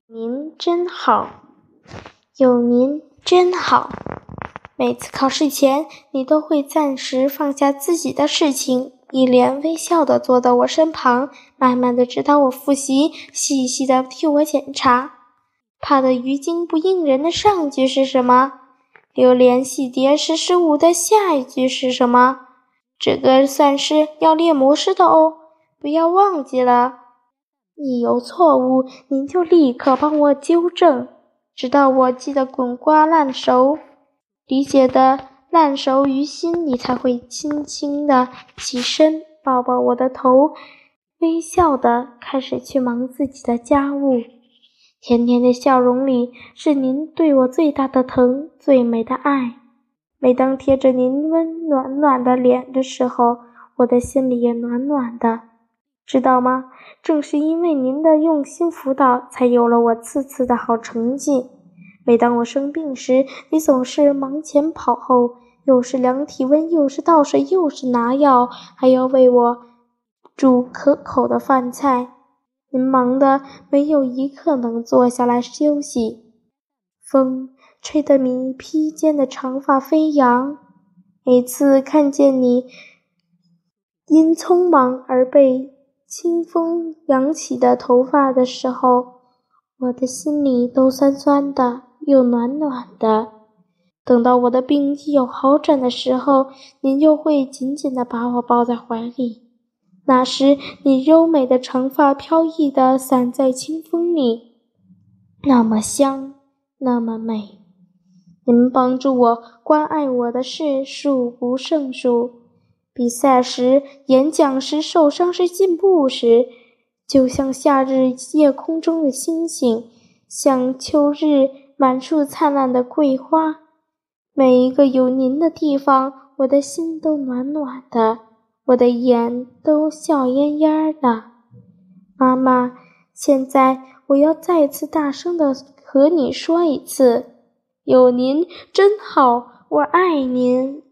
您真好，有您真好。每次考试前，你都会暂时放下自己的事情，一脸微笑地坐到我身旁，慢慢地指导我复习，细细地替我检查。怕得于金不应人的上句是什么？流连戏蝶10-15的下一句是什么？这个算是要练模式的哦，不要忘记了。一有错误，您就立刻帮我纠正，直到我记得滚瓜烂熟，理解的烂熟于心，你才会轻轻地起身，抱抱我的头，微笑地开始去忙自己的家务。甜甜的笑容里，是您对我最大的疼，最美的爱。每当贴着您温暖暖的脸的时候，我的心里也暖暖的。知道吗？正是因为您的用心辅导，才有了我次次的好成绩。每当我生病时，你总是忙前跑后，又是量体温，又是倒水，又是拿药，还要为我煮可口的饭菜。您忙得没有一刻能坐下来休息。风吹得你披肩的长发飞扬，每次看见你因匆忙而被清风扬起的头发的时候，我的心里都酸酸的，又暖暖的。等到我的病一有好转的时候，您就会紧紧地把我抱在怀里。那时，你优美的长发飘逸地散在清风里，那么香，那么美。您帮助我、关爱我的事数不胜数。比赛时、演讲时、受伤时、进步时，就像夏日夜空中的星星，像秋日满树灿烂的桂花。每一个有您的地方，我的心都暖暖的，我的眼都笑嫣嫣的。妈妈，现在我要再次大声地和你说一次，有您真好，我爱您。